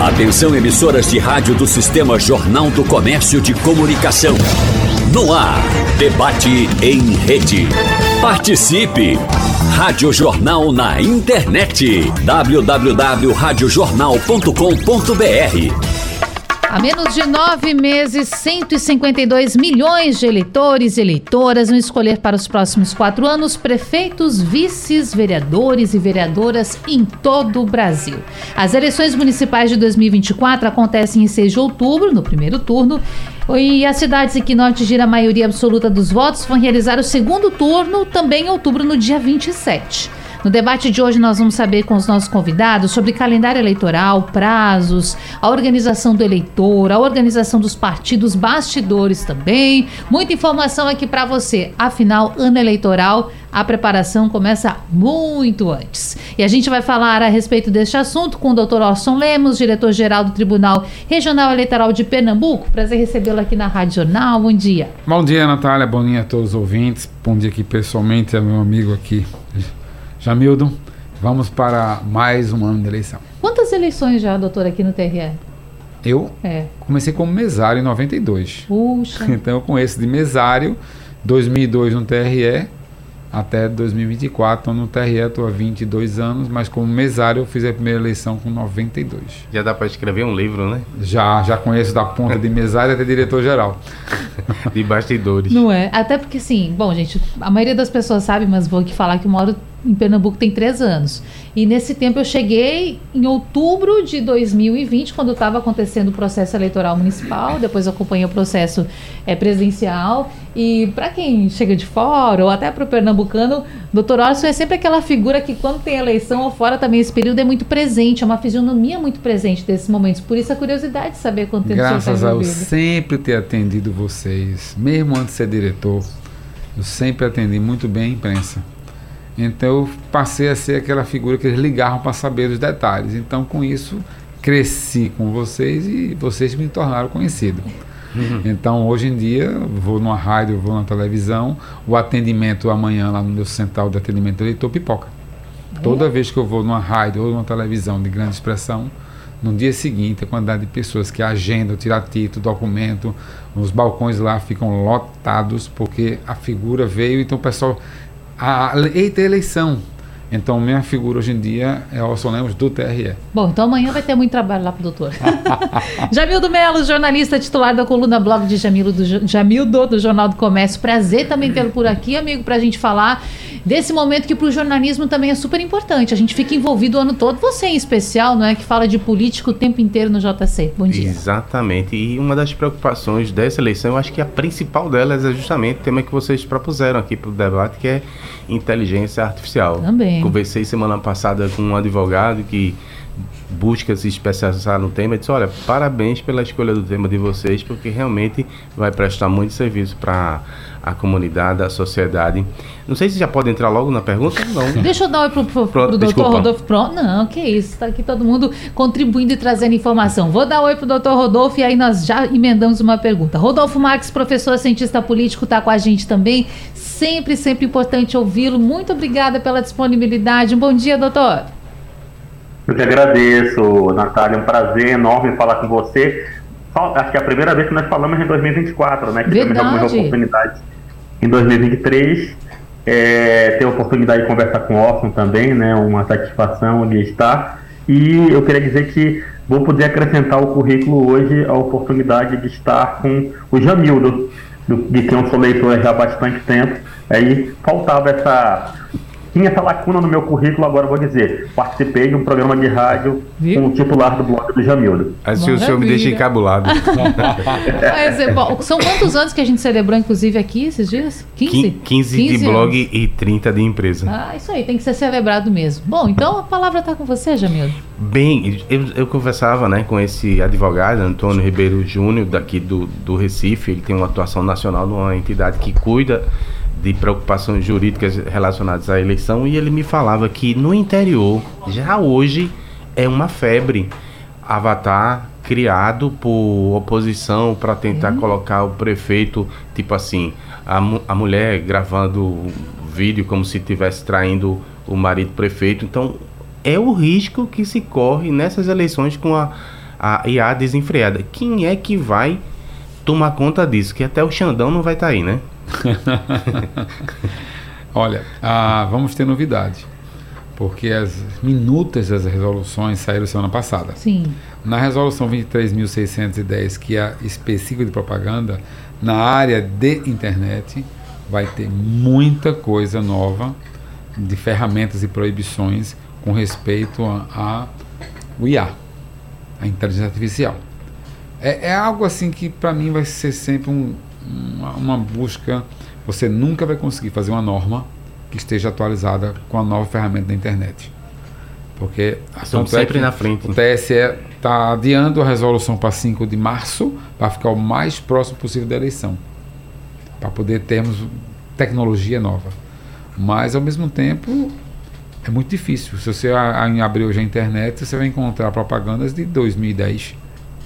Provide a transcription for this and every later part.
Atenção, emissoras de rádio do Sistema Jornal do Comércio de Comunicação. No ar, debate em rede. Participe! Rádio Jornal na internet. www.radiojornal.com.br. Há menos de 9 meses, 152 milhões de eleitores e eleitoras vão escolher para os próximos 4 anos prefeitos, vices, vereadores e vereadoras em todo o Brasil. As eleições municipais de 2024 acontecem em 6 de outubro, no primeiro turno, e as cidades em que Norte gira a maioria absoluta dos votos vão realizar o segundo turno, também em outubro, no dia 27. No debate de hoje nós vamos saber com os nossos convidados sobre calendário eleitoral, prazos, a organização do eleitor, a organização dos partidos, bastidores também. Muita informação aqui para você. Afinal, ano eleitoral, a preparação começa muito antes. E a gente vai falar a respeito deste assunto com o Dr. Orson Lemos, diretor-geral do Tribunal Regional Eleitoral de Pernambuco. Prazer recebê-lo aqui na Rádio Jornal. Bom dia. Bom dia, Natália. Bom dia a todos os ouvintes. Bom dia aqui pessoalmente, ao meu amigo aqui, Jamildo. Vamos para mais um ano de eleição. Quantas eleições já, doutor, aqui no TRE? Eu comecei como mesário em 92. Puxa. Então eu conheço de mesário, 2002 no TRE, até 2024. Então no TRE estou há 22 anos, mas como mesário eu fiz a primeira eleição com 92. Já dá para escrever um livro, né? Já conheço da ponta de mesário até diretor-geral. De bastidores. Não é? Até porque, sim, bom, gente, a maioria das pessoas sabe, mas vou aqui falar que eu moro em Pernambuco tem 3 anos. E nesse tempo eu cheguei em outubro de 2020, quando estava acontecendo o processo eleitoral municipal, depois acompanhei o processo presidencial. E para quem chega de fora, ou até para o pernambucano, Dr. Orson é sempre aquela figura que quando tem eleição ou fora também esse período é muito presente, é uma fisionomia muito presente desses momentos. Por isso a curiosidade de saber quanto tempo Graças você está a eu envolvido. sempre ter atendido vocês, mesmo antes de ser diretor, eu sempre atendi muito bem a imprensa. Então eu passei a ser aquela figura que eles ligavam para saber os detalhes. Então com isso cresci com vocês e vocês me tornaram conhecido. Então hoje em dia vou numa rádio, vou na televisão, o atendimento amanhã lá no meu central de atendimento eleitor pipoca. Toda vez que eu vou numa rádio ou numa televisão de grande expressão, no dia seguinte a quantidade de pessoas que agendam, tirar título, documento, os balcões lá ficam lotados porque a figura veio, então o pessoal... Eita, eleição. Então minha figura hoje em dia é Orson Lemos do TRE. Bom, então amanhã vai ter muito trabalho lá pro doutor. Jamildo Melo, jornalista titular da coluna blog de Jamildo do Jornal do Comércio. Prazer também tê-lo por aqui, amigo, pra gente falar desse momento que pro jornalismo também é super importante. A gente fica envolvido o ano todo, você em especial, não é? Que fala de política o tempo inteiro no JC. Bom dia. Exatamente. E uma das preocupações dessa eleição, eu acho que a principal delas é justamente o tema que vocês propuseram aqui pro debate, que é inteligência artificial. Também. Conversei semana passada com um advogado que busca se especializar no tema e disse, olha, parabéns pela escolha do tema de vocês, porque realmente vai prestar muito serviço para a comunidade, a sociedade. Não sei se já pode entrar logo na pergunta. Não. Deixa eu dar um oi pro doutor Rodolfo. Pronto, não, que isso, está aqui todo mundo contribuindo e trazendo informação. Vou dar um oi pro doutor Rodolfo e aí nós já emendamos uma pergunta. Rodolfo Marques, professor, cientista político, está com a gente também. Sempre importante ouvi-lo. Muito obrigada pela disponibilidade. Um bom dia, doutor. Eu que agradeço, Natália, é um prazer enorme falar com você. Acho que é a primeira vez que nós falamos em 2024, né? Que tivemos algumas oportunidades em 2023. Ter a oportunidade de conversar com o Orson também, né? Uma satisfação de estar. E eu queria dizer que vou poder acrescentar ao currículo hoje a oportunidade de estar com o Jamildo, de quem eu sou leitor já há bastante tempo. Aí faltava tinha essa lacuna no meu currículo, agora eu vou dizer. Participei de um programa de rádio com o titular do blog do Jamildo. Assim o senhor me deixa encabulado. Bom, são quantos anos que a gente celebrou, inclusive, aqui esses dias? 15? 15 de blog e 30 de empresa. Isso aí, tem que ser celebrado mesmo. Bom, então a palavra está com você, Jamildo. Bem, eu conversava, né, com esse advogado, Antônio Ribeiro Júnior, daqui do Recife. Ele tem uma atuação nacional numa entidade que cuida de preocupações jurídicas relacionadas à eleição, e ele me falava que no interior, já hoje, é uma febre avatar criado por oposição para tentar colocar o prefeito, tipo assim, a mulher gravando vídeo como se estivesse traindo o marido prefeito. Então, é o risco que se corre nessas eleições com e a desenfreada. Quem é que vai tomar conta disso? Que até o Xandão não vai estar aí, né? Olha, vamos ter novidade. Porque as minutas das resoluções saíram semana passada. Sim. Na resolução 23.610, que é específica de propaganda, na área de internet, vai ter muita coisa nova de ferramentas e proibições com respeito ao IA, a inteligência artificial. É algo assim que para mim vai ser sempre uma busca. Você nunca vai conseguir fazer uma norma que esteja atualizada com a nova ferramenta da internet. Porque estamos sempre na frente. O TSE está adiando a resolução para 5 de março para ficar o mais próximo possível da eleição, para poder termos tecnologia nova. Mas, ao mesmo tempo, é muito difícil. Se você abrir hoje a internet, você vai encontrar propagandas de 2010.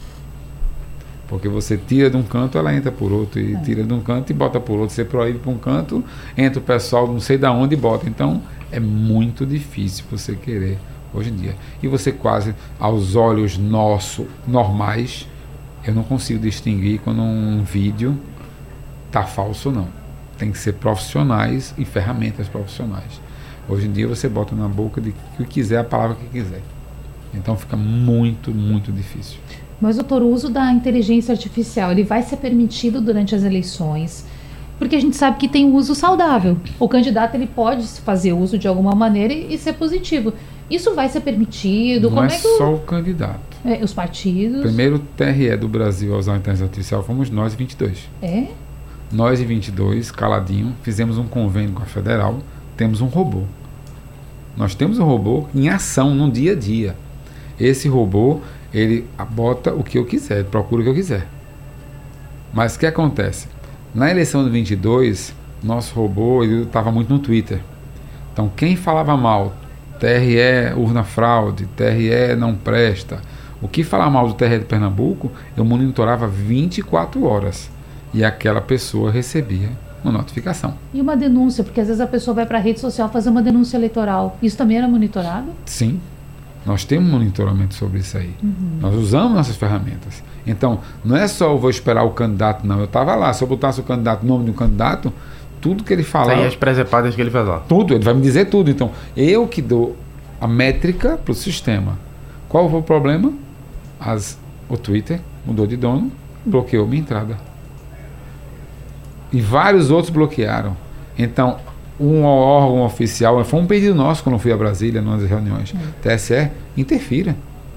Porque você tira de um canto, ela entra por outro, e tira de um canto e bota por outro. Você proíbe por um canto, entra o pessoal não sei de onde e bota. Então, é muito difícil você querer hoje em dia. E você quase, aos olhos normais, eu não consigo distinguir quando um vídeo está falso ou não. Tem que ser profissionais e ferramentas profissionais. Hoje em dia você bota na boca de que quiser a palavra que quiser. Então fica muito, muito difícil. Mas, doutor, o uso da inteligência artificial, ele vai ser permitido durante as eleições, porque a gente sabe que tem um uso saudável. O candidato, ele pode fazer uso de alguma maneira e ser positivo. Isso vai ser permitido? Não é só o candidato. Os partidos? Primeiro o TRE do Brasil a usar a inteligência artificial fomos nós em 22. Nós em 22, caladinho, fizemos um convênio com a Federal, temos um robô. Nós temos um robô em ação, no dia a dia. Esse robô, ele bota o que eu quiser, procura o que eu quiser. Mas o que acontece? Na eleição de 22, nosso robô estava muito no Twitter. Então quem falava mal, TRE urna fraude, TRE não presta, o que falava mal do TRE de Pernambuco, eu monitorava 24 horas. E aquela pessoa recebia uma notificação. E uma denúncia, porque às vezes a pessoa vai para a rede social fazer uma denúncia eleitoral. Isso também era monitorado? Sim. Nós temos monitoramento sobre isso aí. Nós usamos nossas ferramentas. Então, não é só eu vou esperar o candidato, não. Eu estava lá, se eu botasse o nome do candidato, tudo que ele falar... Tem as presepadas que ele faz lá. Tudo, ele vai me dizer tudo. Então, eu que dou a métrica para o sistema. Qual foi o problema? O Twitter mudou de dono, bloqueou minha entrada. E vários outros bloquearam. Então, um órgão oficial, foi um pedido nosso quando eu fui a Brasília, nas reuniões, TSE, interfira.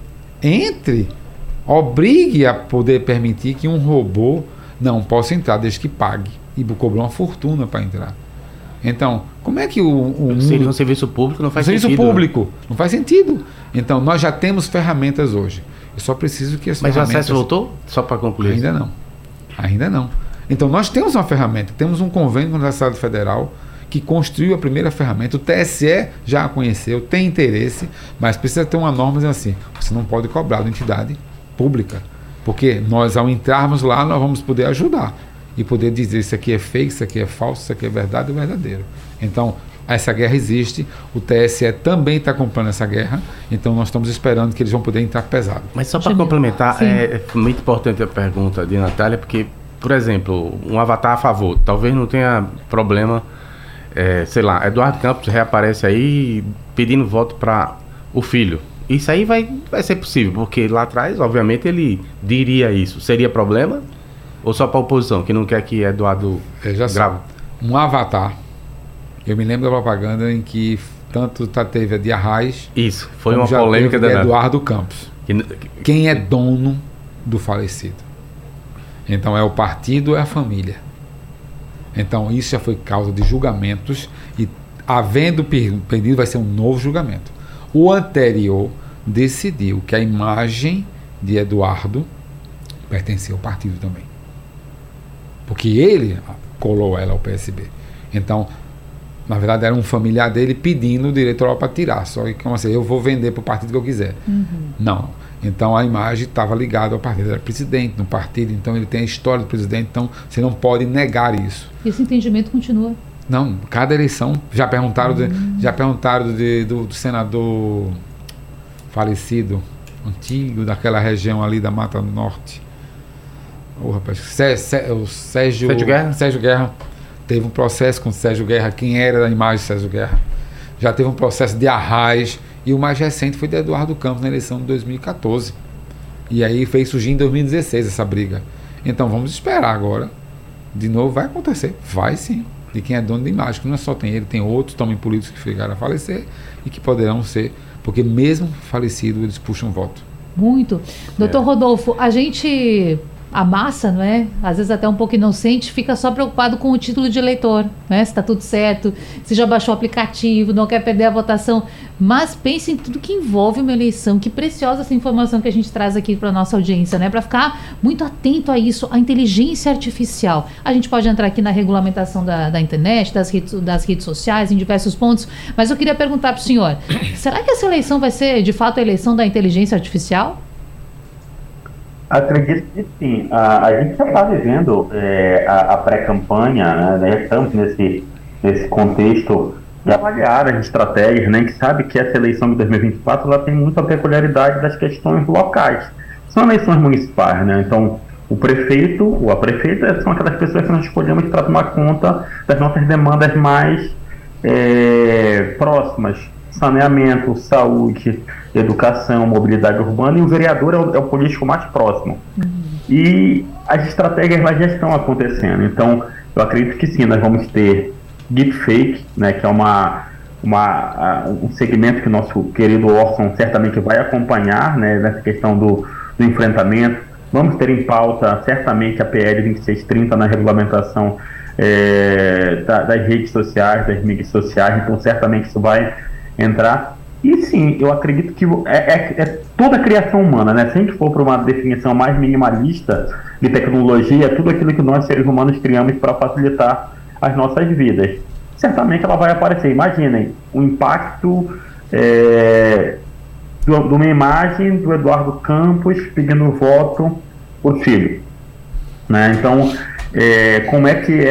Entre, obrigue a poder permitir que um robô não possa entrar desde que pague. E cobrou uma fortuna para entrar. Então, como é que seria um serviço público, não faz sentido. Serviço público, não faz sentido. Então, nós já temos ferramentas hoje. Eu só preciso que as ferramentas... Mas o acesso voltou? Só para concluir. Ainda não. Ainda não. Então, nós temos uma ferramenta, temos um convênio com a Universidade Federal que construiu a primeira ferramenta. O TSE já a conheceu, tem interesse, mas precisa ter uma norma assim, você não pode cobrar da entidade pública, porque nós, ao entrarmos lá, nós vamos poder ajudar e poder dizer isso aqui é fake, isso aqui é falso, isso aqui é verdade ou verdadeiro. Então, essa guerra existe, o TSE também está comprando essa guerra, então nós estamos esperando que eles vão poder entrar pesado. Mas só para complementar, é muito importante a pergunta de Natália, porque, por exemplo, um avatar a favor, talvez não tenha problema, sei lá, Eduardo Campos reaparece aí pedindo voto para o filho. Isso aí vai ser possível, porque lá atrás, obviamente, ele diria isso. Seria problema? Ou só para a oposição, que não quer que Eduardo grave? Um avatar. Eu me lembro da propaganda em que tanto teve a de Arraes... Isso, foi uma polêmica de Eduardo Campos. Quem é dono do falecido? Então, é o partido ou é a família? Então, isso já foi causa de julgamentos e, havendo pedido, vai ser um novo julgamento. O anterior decidiu que a imagem de Eduardo pertencia ao partido também. Porque ele colou ela ao PSB. Então, na verdade, era um familiar dele pedindo o direito eleitoral para tirar. Só que, como assim, eu vou vender para o partido que eu quiser. Não. Então, a imagem estava ligada ao partido. Ele era presidente do partido, então ele tem a história do presidente, então você não pode negar isso. Esse entendimento continua? Não, cada eleição, já perguntaram do senador falecido, antigo, daquela região ali da Mata Norte. Rapaz, o Sérgio Guerra. Teve um processo com o Sérgio Guerra, quem era da imagem de Sérgio Guerra. Já teve um processo de Arraiz, e o mais recente foi de Eduardo Campos na eleição de 2014. E aí fez surgir em 2016 essa briga. Então vamos esperar agora. De novo, vai acontecer. Vai sim. De quem é dono de imagem, que não é só tem ele, tem outros também políticos que ficaram a falecer e que poderão ser, porque mesmo falecido eles puxam voto. Muito. Doutor Rodolfo, a massa, não é? Às vezes até um pouco inocente, fica só preocupado com o título de eleitor, né? Se está tudo certo, se já baixou o aplicativo, não quer perder a votação. Mas pense em tudo que envolve uma eleição. Que preciosa essa informação que a gente traz aqui para a nossa audiência, né? Para ficar muito atento a isso, a inteligência artificial. A gente pode entrar aqui na regulamentação da internet, das redes sociais, em diversos pontos, mas eu queria perguntar para o senhor, será que essa eleição vai ser, de fato, a eleição da inteligência artificial? Acredito que sim. A gente já está vivendo a pré-campanha, né? Já estamos nesse contexto de avaliar as estratégias, né? Que sabe que essa eleição de 2024 ela tem muita peculiaridade das questões locais. São eleições municipais, né? Então, o prefeito ou a prefeita são aquelas pessoas que nós escolhemos para tomar conta das nossas demandas mais próximas. Saneamento, saúde, educação, mobilidade urbana, e o vereador é o político mais próximo. E as estratégias lá já estão acontecendo. Então, eu acredito que sim, nós vamos ter deepfake, né, que é um segmento que o nosso querido Orson certamente vai acompanhar, né, nessa questão do enfrentamento. Vamos ter em pauta, certamente, a PL 2630 na regulamentação das redes sociais, das mídias sociais. Então, certamente isso vai entrar. E sim, eu acredito que é toda a criação humana, né? Se a gente for para uma definição mais minimalista de tecnologia, é tudo aquilo que nós seres humanos criamos para facilitar as nossas vidas. Certamente ela vai aparecer. Imaginem o impacto de uma imagem do Eduardo Campos pedindo voto por filho, né? Então, como é que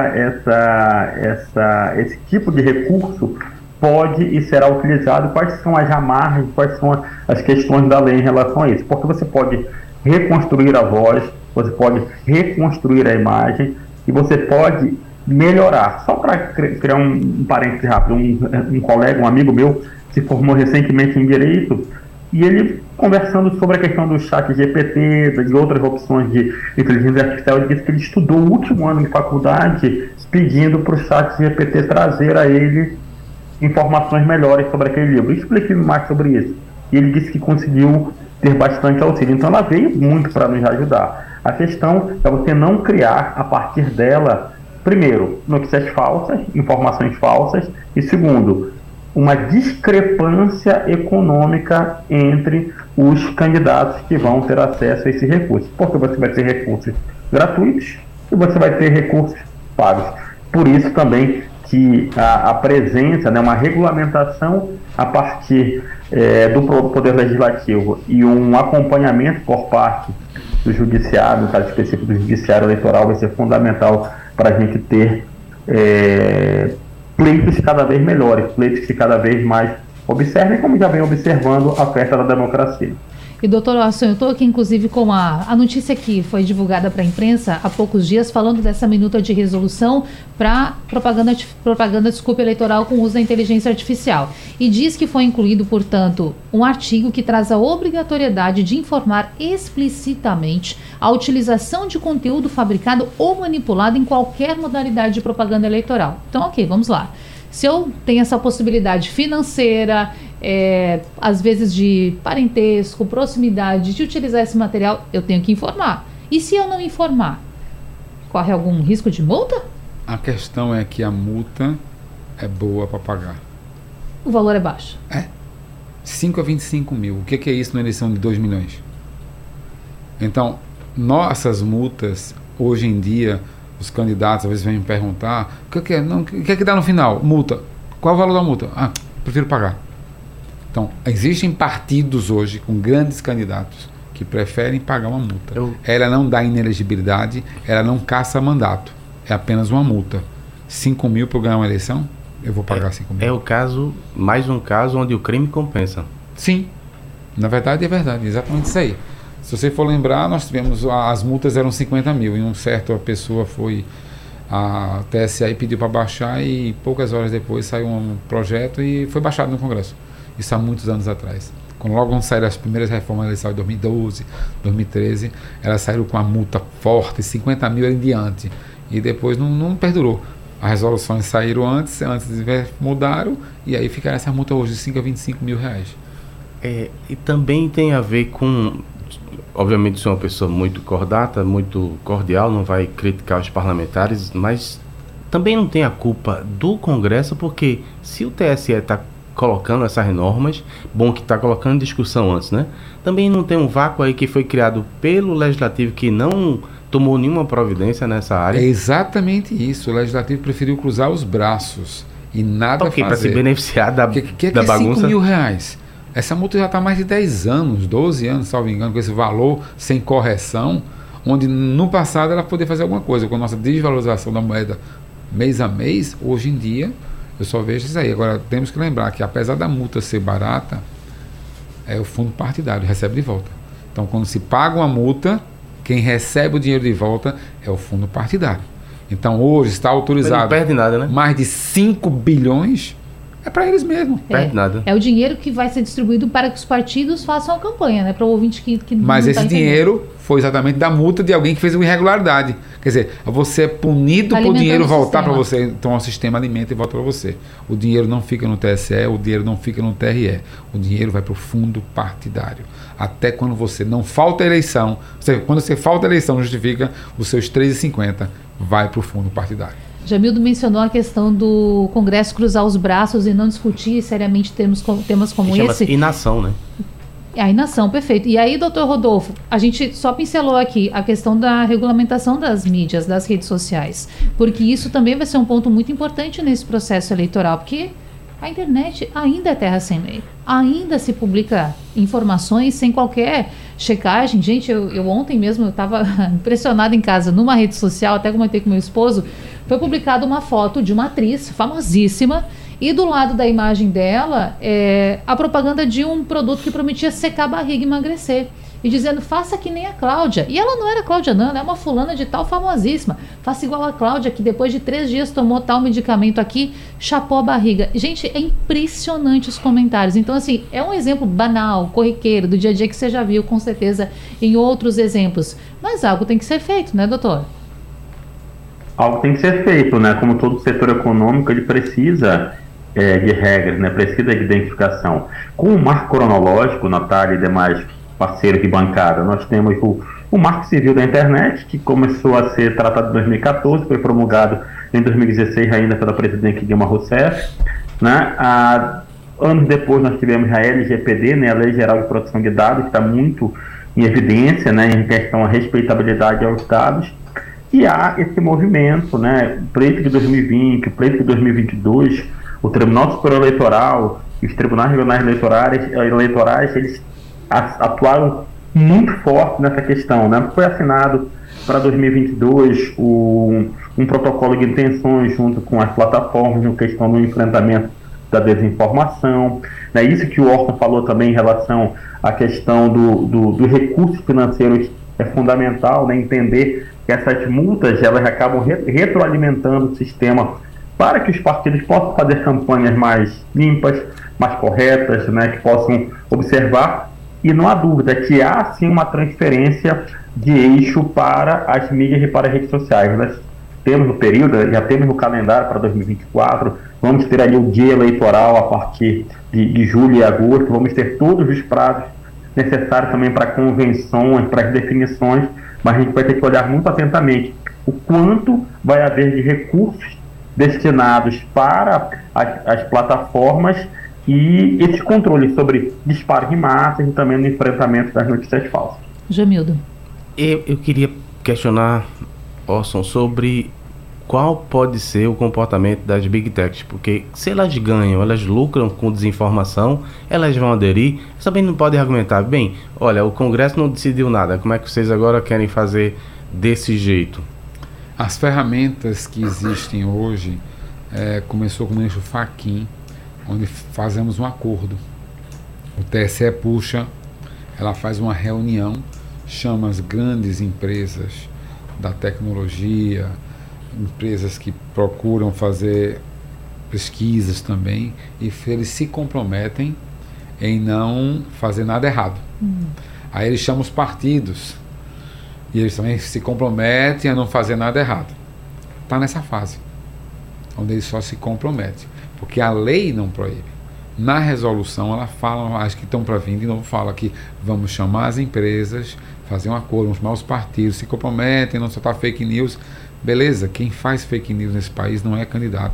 esse tipo de recurso pode e será utilizado, quais são as amarras, quais são as questões da lei em relação a isso, porque você pode reconstruir a voz, você pode reconstruir a imagem e você pode melhorar. Só para criar um parêntese rápido, um colega, um amigo meu, se formou recentemente em Direito, e ele, conversando sobre a questão do chat GPT, de outras opções de inteligência artificial, ele disse que ele estudou o último ano de faculdade pedindo para o chat GPT trazer a ele informações melhores sobre aquele livro. Explique mais sobre isso. E ele disse que conseguiu ter bastante auxílio. Então ela veio muito para nos ajudar. A questão é você não criar a partir dela, primeiro, notícias falsas, informações falsas, e segundo, uma discrepância econômica entre os candidatos que vão ter acesso a esse recurso. Porque você vai ter recursos gratuitos e você vai ter recursos pagos. Por isso também que a presença, né, uma regulamentação a partir do Poder Legislativo e um acompanhamento por parte do Judiciário, no caso específico do Judiciário Eleitoral, vai ser fundamental para a gente ter pleitos cada vez melhores, pleitos que cada vez mais observem, como já vem observando a festa da democracia. E, doutor Orson, eu estou aqui, inclusive, com a notícia que foi divulgada para a imprensa há poucos dias, falando dessa minuta de resolução para propaganda eleitoral com uso da inteligência artificial. E diz que foi incluído, portanto, um artigo que traz a obrigatoriedade de informar explicitamente a utilização de conteúdo fabricado ou manipulado em qualquer modalidade de propaganda eleitoral. Então, ok, vamos lá. Se eu tenho essa possibilidade financeira, às vezes de parentesco, proximidade, de utilizar esse material, eu tenho que informar. E se eu não informar, corre algum risco de multa? A questão é que a multa é boa para pagar. O valor é baixo. 5 a 25 mil. O que é isso na eleição de 2 milhões? Então, nossas multas, hoje em dia, os candidatos às vezes vêm me perguntar o que é que dá no final? Multa. Qual é o valor da multa? Prefiro pagar. Então, existem partidos hoje com grandes candidatos que preferem pagar uma multa. Ela não dá inelegibilidade, ela não caça mandato. É apenas uma multa. 5 mil para ganhar uma eleição, eu vou pagar 5 mil. É o caso, mais um caso onde o crime compensa. Sim. Na verdade, é verdade, exatamente isso aí. Se você for lembrar, nós tivemos, as multas eram 50 mil, e a pessoa foi, a TSE pediu para baixar e poucas horas depois saiu um projeto e foi baixado no Congresso. Isso há muitos anos atrás. Quando saíram as primeiras reformas, elas saíram em 2012, 2013, elas saíram com a multa forte, 50 mil em diante, e depois não perdurou. As resoluções saíram antes mudaram, e aí ficaram essa multa hoje de 5 a 25 mil reais. E também tem a ver com, obviamente, sou uma pessoa muito cordata, muito cordial, não vai criticar os parlamentares, mas também não tem a culpa do Congresso, porque se o TSE está colocando essas normas, bom que está colocando em discussão antes, né? Também não tem um vácuo aí que foi criado pelo Legislativo que não tomou nenhuma providência nessa área. É exatamente isso, o Legislativo preferiu cruzar os braços e nada fazer. Para se beneficiar da bagunça. 5 mil reais? Essa multa já está há mais de 10 anos, 12 anos, salvo engano, com esse valor sem correção, onde no passado ela poderia fazer alguma coisa. Com a nossa desvalorização da moeda mês a mês, hoje em dia, eu só vejo isso aí. Agora, temos que lembrar que apesar da multa ser barata, o fundo partidário recebe de volta. Então, quando se paga uma multa, quem recebe o dinheiro de volta é o fundo partidário. Então, hoje está autorizado, não perde nada, né? Mais de 5 bilhões... É para eles mesmo. Perde nada. É o dinheiro que vai ser distribuído para que os partidos façam a campanha, né? Para o ouvinte que mas não esse dinheiro foi exatamente da multa de alguém que fez uma irregularidade. Quer dizer, você é punido por o dinheiro voltar para você. Então o sistema alimenta e volta para você. O dinheiro não fica no TSE, o dinheiro não fica no TRE. O dinheiro vai para o fundo partidário. Até quando você não falta eleição, quando você falta eleição, justifica os seus 3,50, vai para o fundo partidário. Jamildo mencionou a questão do Congresso cruzar os braços e não discutir seriamente temas como esse. Inação, né? A inação, perfeito. E aí, doutor Rodolfo, a gente só pincelou aqui a questão da regulamentação das mídias, das redes sociais, porque isso também vai ser um ponto muito importante nesse processo eleitoral, porque a internet ainda é terra sem lei. Ainda se publica informações sem qualquer checagem. Gente, eu ontem mesmo eu estava impressionada em casa, numa rede social, até comentei com meu esposo, foi publicada uma foto de uma atriz famosíssima e do lado da imagem dela a propaganda de um produto que prometia secar a barriga e emagrecer. E dizendo, faça que nem a Cláudia. E ela não era Cláudia, não, ela é uma fulana de tal famosíssima. Faça igual a Cláudia, que depois de 3 dias tomou tal medicamento aqui, chapou a barriga. Gente, é impressionante os comentários. Então, assim, é um exemplo banal, corriqueiro, do dia a dia que você já viu, com certeza, em outros exemplos. Mas algo tem que ser feito, né, doutor? Algo tem que ser feito, né? Como todo setor econômico, ele precisa de regras, né? Precisa de identificação. Com o marco cronológico, Natália e demais parceiros de bancada, nós temos o Marco Civil da Internet, que começou a ser tratado em 2014, foi promulgado em 2016 ainda pela presidente Dilma Rousseff, né? Anos depois nós tivemos a LGPD, né? A Lei Geral de Proteção de Dados, que está muito em evidência, né? Em questão à respeitabilidade aos dados, e há esse movimento, né? O pleito de 2020, o pleito de 2022, o Tribunal Superior Eleitoral, os Tribunais Regionais Eleitorais, eles atuaram muito forte nessa questão, né? Foi assinado para 2022 um protocolo de intenções junto com as plataformas na questão do enfrentamento da desinformação, né? Isso que o Orson falou também em relação à questão dos recursos financeiros é fundamental, né? Entender que essas multas elas acabam retroalimentando o sistema para que os partidos possam fazer campanhas mais limpas, mais corretas, né? Que possam observar. E não há dúvida que há sim uma transferência de eixo para as mídias e para as redes sociais. Nós temos o período, já temos o calendário para 2024, vamos ter ali o dia eleitoral a partir de julho e agosto, vamos ter todos os prazos necessários também para convenções, para as definições, mas a gente vai ter que olhar muito atentamente o quanto vai haver de recursos destinados para as plataformas e esse controle sobre disparos em massa e também no enfrentamento das notícias falsas. Jamildo. Eu queria questionar, Orson, sobre qual pode ser o comportamento das Big Techs, porque se elas ganham, elas lucram com desinformação, elas vão aderir, também não podem argumentar, bem, olha, o Congresso não decidiu nada, como é que vocês agora querem fazer desse jeito? As ferramentas que existem hoje, começou com o ministro Fachin, onde fazemos um acordo. O TSE puxa ela faz uma reunião, chama as grandes empresas da tecnologia, empresas que procuram fazer pesquisas também, e eles se comprometem em não fazer nada errado. Aí eles chamam os partidos, e eles também se comprometem a não fazer nada errado. Está nessa fase, onde eles só se comprometem, porque a lei não proíbe. Na resolução ela fala, acho que estão para vir de novo, fala que vamos chamar as empresas, fazer um acordo, vamos chamar os partidos, se comprometem, não soltar fake news. Beleza, quem faz fake news nesse país não é candidato.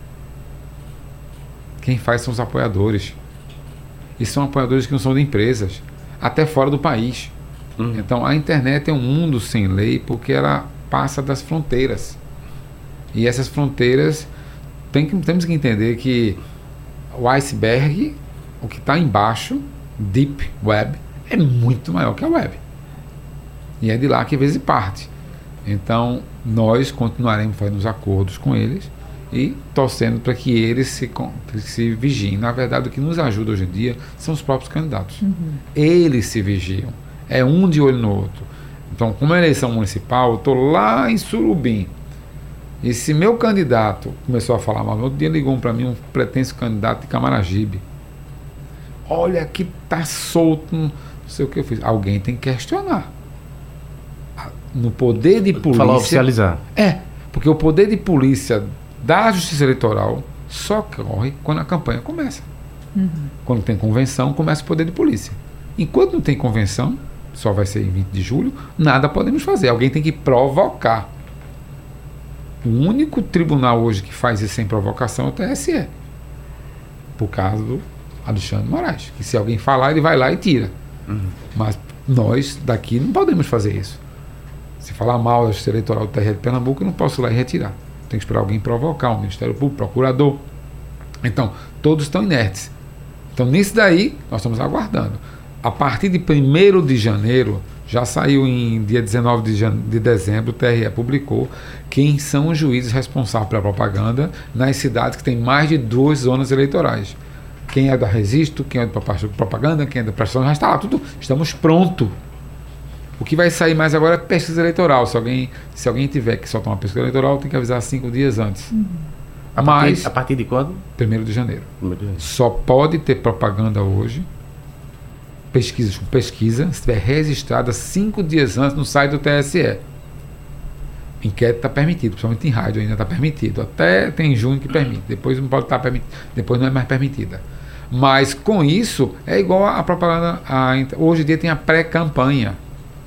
Quem faz são os apoiadores. E são apoiadores que não são de empresas, até fora do país. Então a internet é um mundo sem lei, porque ela passa das fronteiras. E essas fronteiras, temos que entender que o iceberg, o que está embaixo, deep web, é muito maior que a web. E é de lá que às vezes parte. Então nós continuaremos fazendo os acordos com eles e torcendo para que eles se vigiem. Na verdade, o que nos ajuda hoje em dia são os próprios candidatos. Eles se vigiam. É um de olho no outro. Então, como é eleição municipal, eu estou lá em Surubim. E se meu candidato começou a falar mal, outro dia ligou para mim um pretenso candidato de Camaragibe. Olha que tá solto, não sei o que eu fiz. Alguém tem que questionar. No poder de polícia... Falar oficializar. Porque o poder de polícia da Justiça Eleitoral só corre quando a campanha começa. Quando tem convenção, começa o poder de polícia. Enquanto não tem convenção, só vai ser em 20 de julho, nada podemos fazer. Alguém tem que provocar. O único tribunal hoje que faz isso sem provocação é o TSE. Por causa do Alexandre de Moraes. Que se alguém falar, ele vai lá e tira. Mas nós daqui não podemos fazer isso. Se falar mal da Justiça Eleitoral do TRE de Pernambuco, eu não posso ir lá e retirar. Tem que esperar alguém provocar, o Ministério Público, o procurador. Então, todos estão inertes. Então, nisso daí, nós estamos aguardando. A partir de 1º de janeiro, já saiu em dia 19 de dezembro, o TRE publicou quem são os juízes responsáveis pela propaganda nas cidades que têm mais de 2 zonas eleitorais. Quem é da Registro, quem é da propaganda, quem é da prestação, já está lá, tudo, estamos prontos. O que vai sair mais agora é pesquisa eleitoral. Se alguém tiver que soltar uma pesquisa eleitoral, tem que avisar 5 dias antes. A partir de quando? 1º de janeiro. Só pode ter propaganda hoje, pesquisa, se estiver registrada 5 dias antes no site do TSE. Inquérito está permitido, principalmente em rádio ainda está permitido. Até tem junho que permite, depois não pode estar permitido, depois não é mais permitida. Mas com isso, é igual a propaganda. Hoje em dia tem a pré-campanha.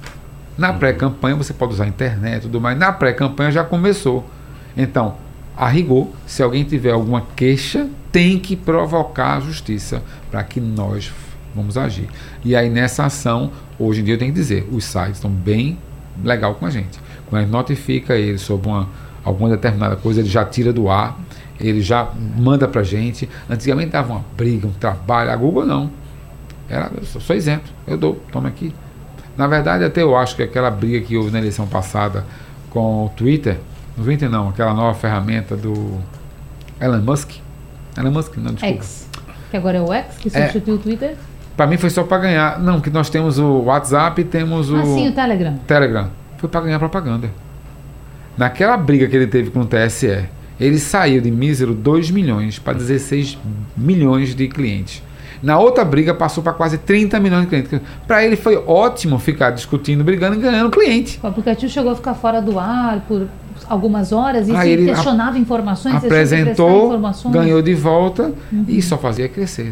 Na pré-campanha você pode usar a internet e tudo mais. Na pré-campanha já começou. Então, a rigor, se alguém tiver alguma queixa, tem que provocar a justiça para que nós vamos agir. E aí nessa ação, hoje em dia eu tenho que dizer, os sites estão bem legal com a gente. Quando a gente notifica ele sobre alguma determinada coisa, ele já tira do ar, ele já manda pra gente. Antigamente dava uma briga, um trabalho, a Google não. Eu sou isento, eu dou, toma aqui. Na verdade, até eu acho que aquela briga que houve na eleição passada com o Twitter, aquela nova ferramenta do Elon Musk, não, desculpa. X, que agora é o X, que substituiu o Twitter? Para mim foi só para ganhar. Não, que nós temos o WhatsApp e temos o... sim, o Telegram. Foi para ganhar propaganda. Naquela briga que ele teve com o TSE, ele saiu de mísero 2 milhões para 16 milhões de clientes. Na outra briga passou para quase 30 milhões de clientes. Para ele foi ótimo ficar discutindo, brigando e ganhando cliente. O aplicativo chegou a ficar fora do ar por algumas horas e ele questionava informações, apresentou, ganhou de volta e só fazia crescer.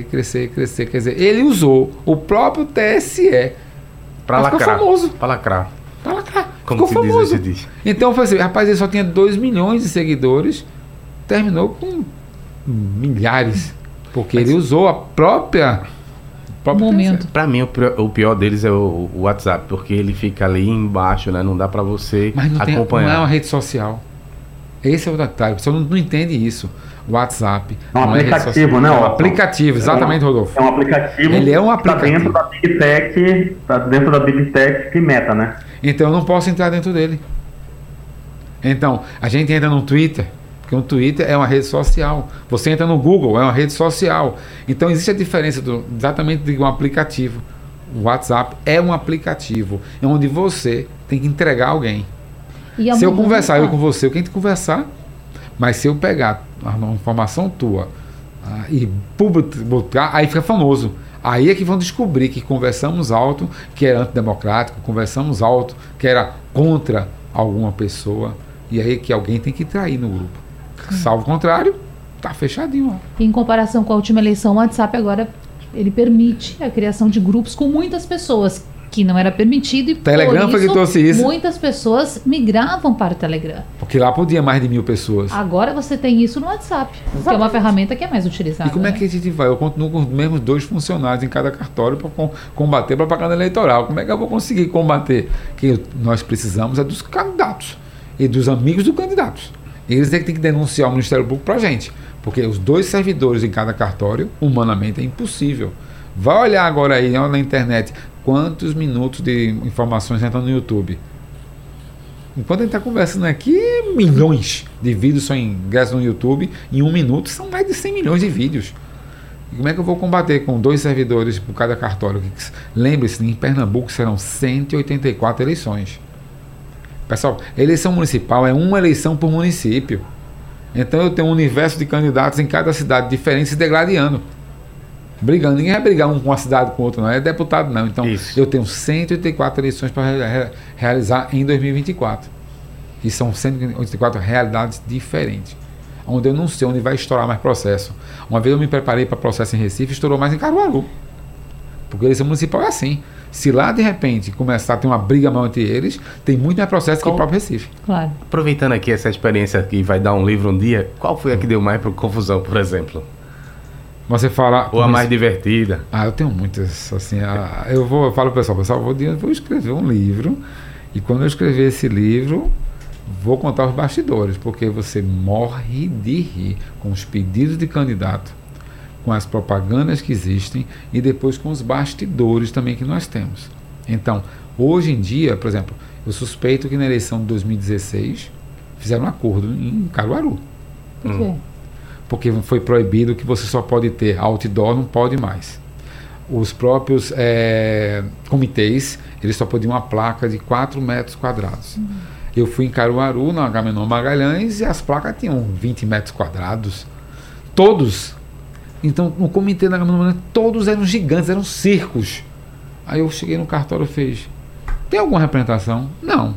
Quer dizer, ele usou o próprio TSE para lacrar. Para lacrar. Como ficou se famoso. diz. Então foi assim, rapaz, ele só tinha 2 milhões de seguidores, terminou com milhares, porque ele usou a própria momento. Para mim, o pior deles é o WhatsApp, porque ele fica ali embaixo, né? Não dá para você acompanhar. Não é uma rede social. Esse é o detalhe. Você não entende isso. O WhatsApp. É um aplicativo, né? É um aplicativo, exatamente, Rodolfo. É um aplicativo. Ele é um aplicativo. Está dentro da Big Tech que Meta, né? Então eu não posso entrar dentro dele. Então, a gente entra no Twitter, porque o Twitter é uma rede social. Você entra no Google, é uma rede social. Então existe a diferença exatamente de um aplicativo. O WhatsApp é um aplicativo onde você tem que entregar alguém. Se eu conversar eu com você, eu tenho que conversar, mas se eu pegar uma informação tua e publicar, aí fica famoso. Aí é que vão descobrir que conversamos alto, que era antidemocrático, conversamos alto, que era contra alguma pessoa, e aí é que alguém tem que trair no grupo. Salvo o contrário, tá fechadinho lá. Em comparação com a última eleição, o WhatsApp agora ele permite a criação de grupos com muitas pessoas, que não era permitido, e Telegram foi que trouxe isso. Muitas pessoas migravam para o Telegram. Porque lá podia mais de 1.000 pessoas. Agora você tem isso no WhatsApp, que é uma ferramenta que é mais utilizada. E como é que a gente vai? Eu continuo com os mesmos 2 funcionários em cada cartório para combater a propaganda eleitoral. Como é que eu vou conseguir combater? Que nós precisamos é dos candidatos e dos amigos dos candidatos. Eles é que tem que denunciar o Ministério Público para a gente. Porque os 2 servidores em cada cartório, humanamente, é impossível. Vai olhar agora aí na internet quantos minutos de informações entram no YouTube. Enquanto a gente está conversando aqui, milhões de vídeos são ingressos no YouTube. Em 1 minuto são mais de 100 milhões de vídeos. E como é que eu vou combater com 2 servidores por cada cartório? Lembre-se, em Pernambuco serão 184 eleições. Pessoal, eleição municipal é uma eleição por município. Então eu tenho um universo de candidatos em cada cidade diferente se degladiando. Brigando. Ninguém vai brigar um com uma cidade com outra, não é deputado não. Então eu tenho 184 eleições para realizar em 2024. E são 184 realidades diferentes. Onde eu não sei onde vai estourar mais processo. Uma vez eu me preparei para processo em Recife, estourou mais em Caruaru. Porque a eleição municipal é assim. Se lá de repente começar a ter uma briga maior entre eles, tem muito mais processo que o próprio Recife. Claro. Aproveitando aqui essa experiência que vai dar um livro um dia, qual foi a que deu mais confusão, por exemplo? Você fala... Ou a mais divertida? Eu tenho muitas, assim, eu falo pro pessoal, vou escrever um livro, e quando eu escrever esse livro, vou contar os bastidores, porque você morre de rir com os pedidos de candidato, com as propagandas que existem e depois com os bastidores também que nós temos. Então, hoje em dia, por exemplo, eu suspeito que na eleição de 2016 fizeram um acordo em Caruaru. Por quê? Porque foi proibido que você só pode ter outdoor, não pode mais. Os próprios comitês, eles só podiam uma placa de 4 metros quadrados. Eu fui em Caruaru, na Agamenon Magalhães, e as placas tinham 20 metros quadrados. Todos. Então, no comitê da Agamenon, todos eram gigantes, eram circos. Aí eu cheguei no cartório e fiz: tem alguma representação? Não.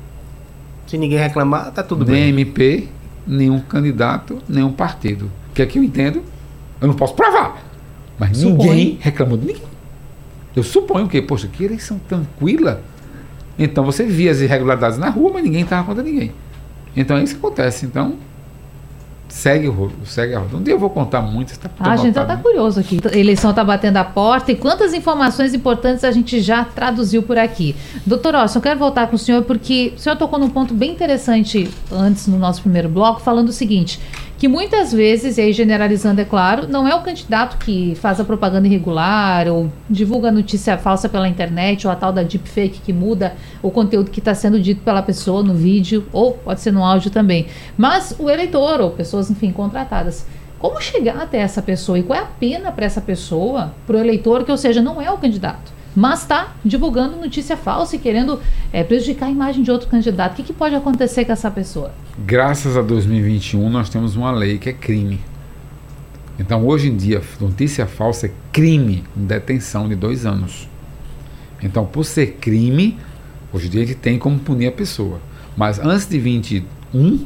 Se ninguém reclamar, tá tudo bem. Nem MP, nenhum candidato, nenhum partido. O que é que eu entendo? Eu não posso provar. Mas ninguém reclamou de ninguém. Eu suponho que, poxa, que eleição tranquila. Então você via as irregularidades na rua, mas ninguém estava contra ninguém. Então é isso que acontece. Então, segue a roda. Um dia eu vou contar muito. A gente já está curioso aqui. A eleição está batendo a porta e quantas informações importantes a gente já traduziu por aqui. Doutor Orson, eu quero voltar com o senhor porque o senhor tocou num ponto bem interessante antes no nosso primeiro bloco, falando o seguinte, que muitas vezes, e aí generalizando é claro, não é o candidato que faz a propaganda irregular ou divulga notícia falsa pela internet ou a tal da deepfake que muda o conteúdo que está sendo dito pela pessoa no vídeo ou pode ser no áudio também, mas o eleitor ou pessoas, enfim, contratadas. Como chegar até essa pessoa e qual é a pena para essa pessoa, para o eleitor, que ou seja, não é o candidato, mas está divulgando notícia falsa e querendo prejudicar a imagem de outro candidato? O que pode acontecer com essa pessoa? Graças a 2021 nós temos uma lei que é crime. Então hoje em dia notícia falsa é crime, com detenção de 2 anos. Então por ser crime, hoje em dia a gente tem como punir a pessoa. Mas antes de 21,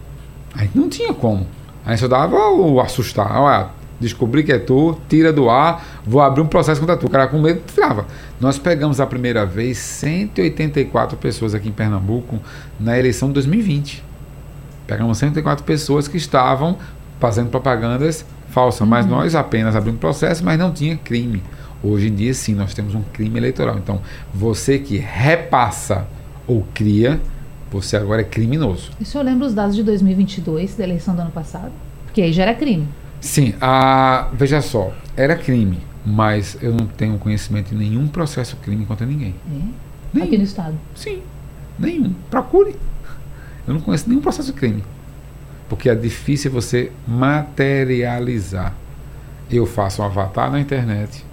a gente não tinha como. A gente só dava o assustar. Descobri que é tu, tira do ar, vou abrir um processo contra tu. O cara com medo tirava. Nós pegamos a primeira vez 184 pessoas aqui em Pernambuco na eleição de 2020. Pegamos 184 pessoas que estavam fazendo propagandas falsas, mas nós apenas abrimos processo, mas não tinha crime. Hoje em dia sim, nós temos um crime eleitoral. Então, você que repassa ou cria, você agora é criminoso. E o senhor lembra os dados de 2022, da eleição do ano passado? Porque aí já era crime. Sim, veja só, era crime, mas eu não tenho conhecimento de nenhum processo crime contra ninguém. Nenhum. Aqui no estado? Sim, nenhum. Procure. Eu não conheço nenhum processo crime. Porque é difícil você materializar. Eu faço um avatar na internet,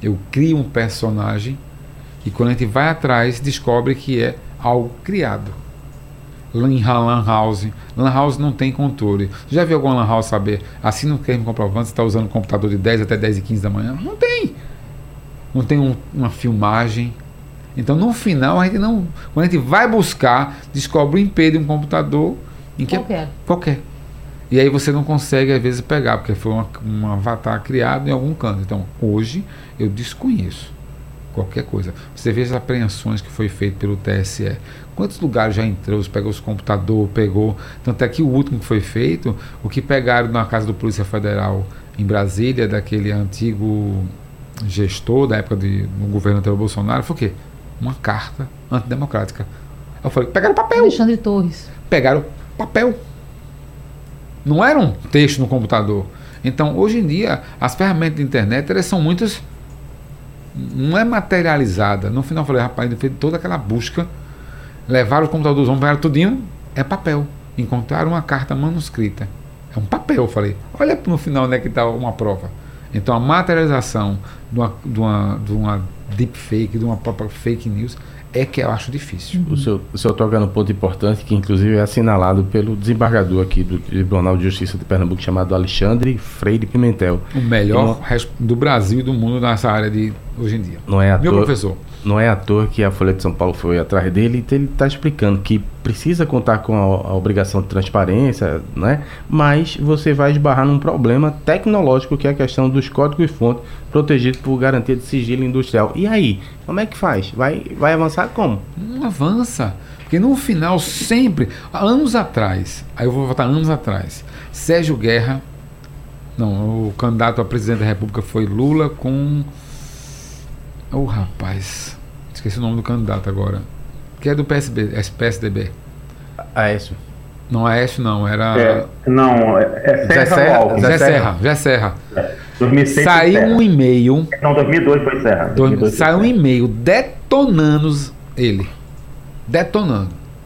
Eu crio um personagem e quando a gente vai atrás, descobre que é algo criado. Em Lan House. Lan House não tem controle. Já viu alguma Lan House saber? Assina um termo comprovante, você está usando um computador de 10 até 10 e 15 da manhã? Não tem. Não tem uma filmagem. Então, no final, a gente não... Quando a gente vai buscar, descobre o IP de um computador... Em que qualquer. E aí você não consegue, às vezes, pegar, porque foi um avatar criado em algum canto. Então, hoje, eu desconheço qualquer coisa. Você vê as apreensões que foi feito pelo TSE. Quantos lugares já entrou, pegou os computadores, pegou... Tanto é que o último que foi feito, o que pegaram na casa do Polícia Federal em Brasília, daquele antigo gestor da época do governo anterior Bolsonaro, foi o quê? Uma carta antidemocrática. Eu falei, pegaram papel. Alexandre Torres. Pegaram papel. Não era um texto no computador. Então, hoje em dia, as ferramentas de internet, elas são muitas... Não é materializada. No final, eu falei, rapaz, ele fez toda aquela busca, levaram o computador dos homens, pegaram tudinho, é papel. Encontraram uma carta manuscrita. É um papel, eu falei. Olha no final onde é que está uma prova. Então, a materialização de uma deepfake, de uma própria fake news, é que eu acho difícil. O senhor toca num ponto importante que inclusive é assinalado pelo desembargador aqui do Tribunal de Justiça de Pernambuco, chamado Alexandre Freire Pimentel. O melhor do Brasil e do mundo nessa área de hoje em dia. Não é à Meu toa, professor. Não é à toa que a Folha de São Paulo foi atrás dele e ele está explicando que precisa contar com a obrigação de transparência, né? Mas você vai esbarrar num problema tecnológico, que é a questão dos códigos-fonte protegidos por garantia de sigilo industrial. E aí, como é que faz? Vai avançar como? Não avança. Porque no final, sempre, anos atrás, aí eu vou voltar anos atrás, Sérgio Guerra, não, o candidato a presidente da República foi Lula com... rapaz, esqueci o nome do candidato agora, que é do PSDB. Aécio. Não, Aécio não, era... Zé Serra. 2006 saiu um e-mail... Não, 2002 foi Serra. Saiu um e-mail detonando ele. Detonando.